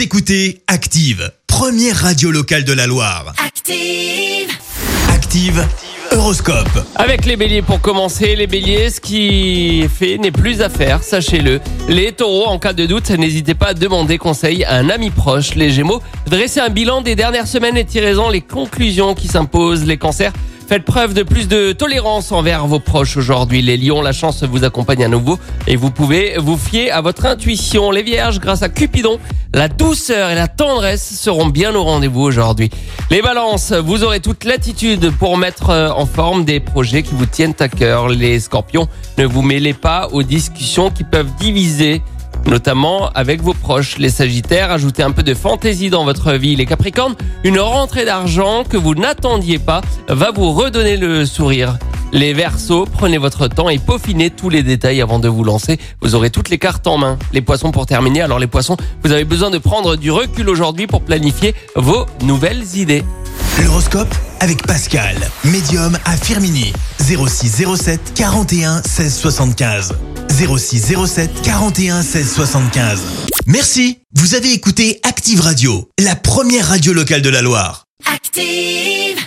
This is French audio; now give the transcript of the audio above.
Vous écoutez Active, première radio locale de la Loire. Active. Active Horoscope. Avec les béliers pour commencer, les béliers, ce qui est fait n'est plus à faire, sachez-le. Les taureaux, en cas de doute, n'hésitez pas à demander conseil à un ami proche. Les gémeaux, dressez un bilan des dernières semaines et tirez-en les conclusions qui s'imposent. Les cancers, faites preuve de plus de tolérance envers vos proches aujourd'hui. Les lions, la chance vous accompagne à nouveau et vous pouvez vous fier à votre intuition. Les vierges, grâce à Cupidon, la douceur et la tendresse seront bien au rendez-vous aujourd'hui. Les balances, vous aurez toute l'attitude pour mettre en forme des projets qui vous tiennent à cœur. Les scorpions, ne vous mêlez pas aux discussions qui peuvent diviser, notamment avec vos proches. Les sagittaires, ajoutez un peu de fantaisie dans votre vie. Les capricornes, une rentrée d'argent que vous n'attendiez pas va vous redonner le sourire. Les verseaux, prenez votre temps et peaufinez tous les détails avant de vous lancer. Vous aurez toutes les cartes en main. Les poissons, pour terminer, alors les poissons, vous avez besoin de prendre du recul aujourd'hui pour planifier vos nouvelles idées. L'horoscope avec Pascal, médium à Firminy. 06 07 41 16 75. 06 07 41 16 75. Merci, vous avez écouté Active Radio, la première radio locale de la Loire. Active.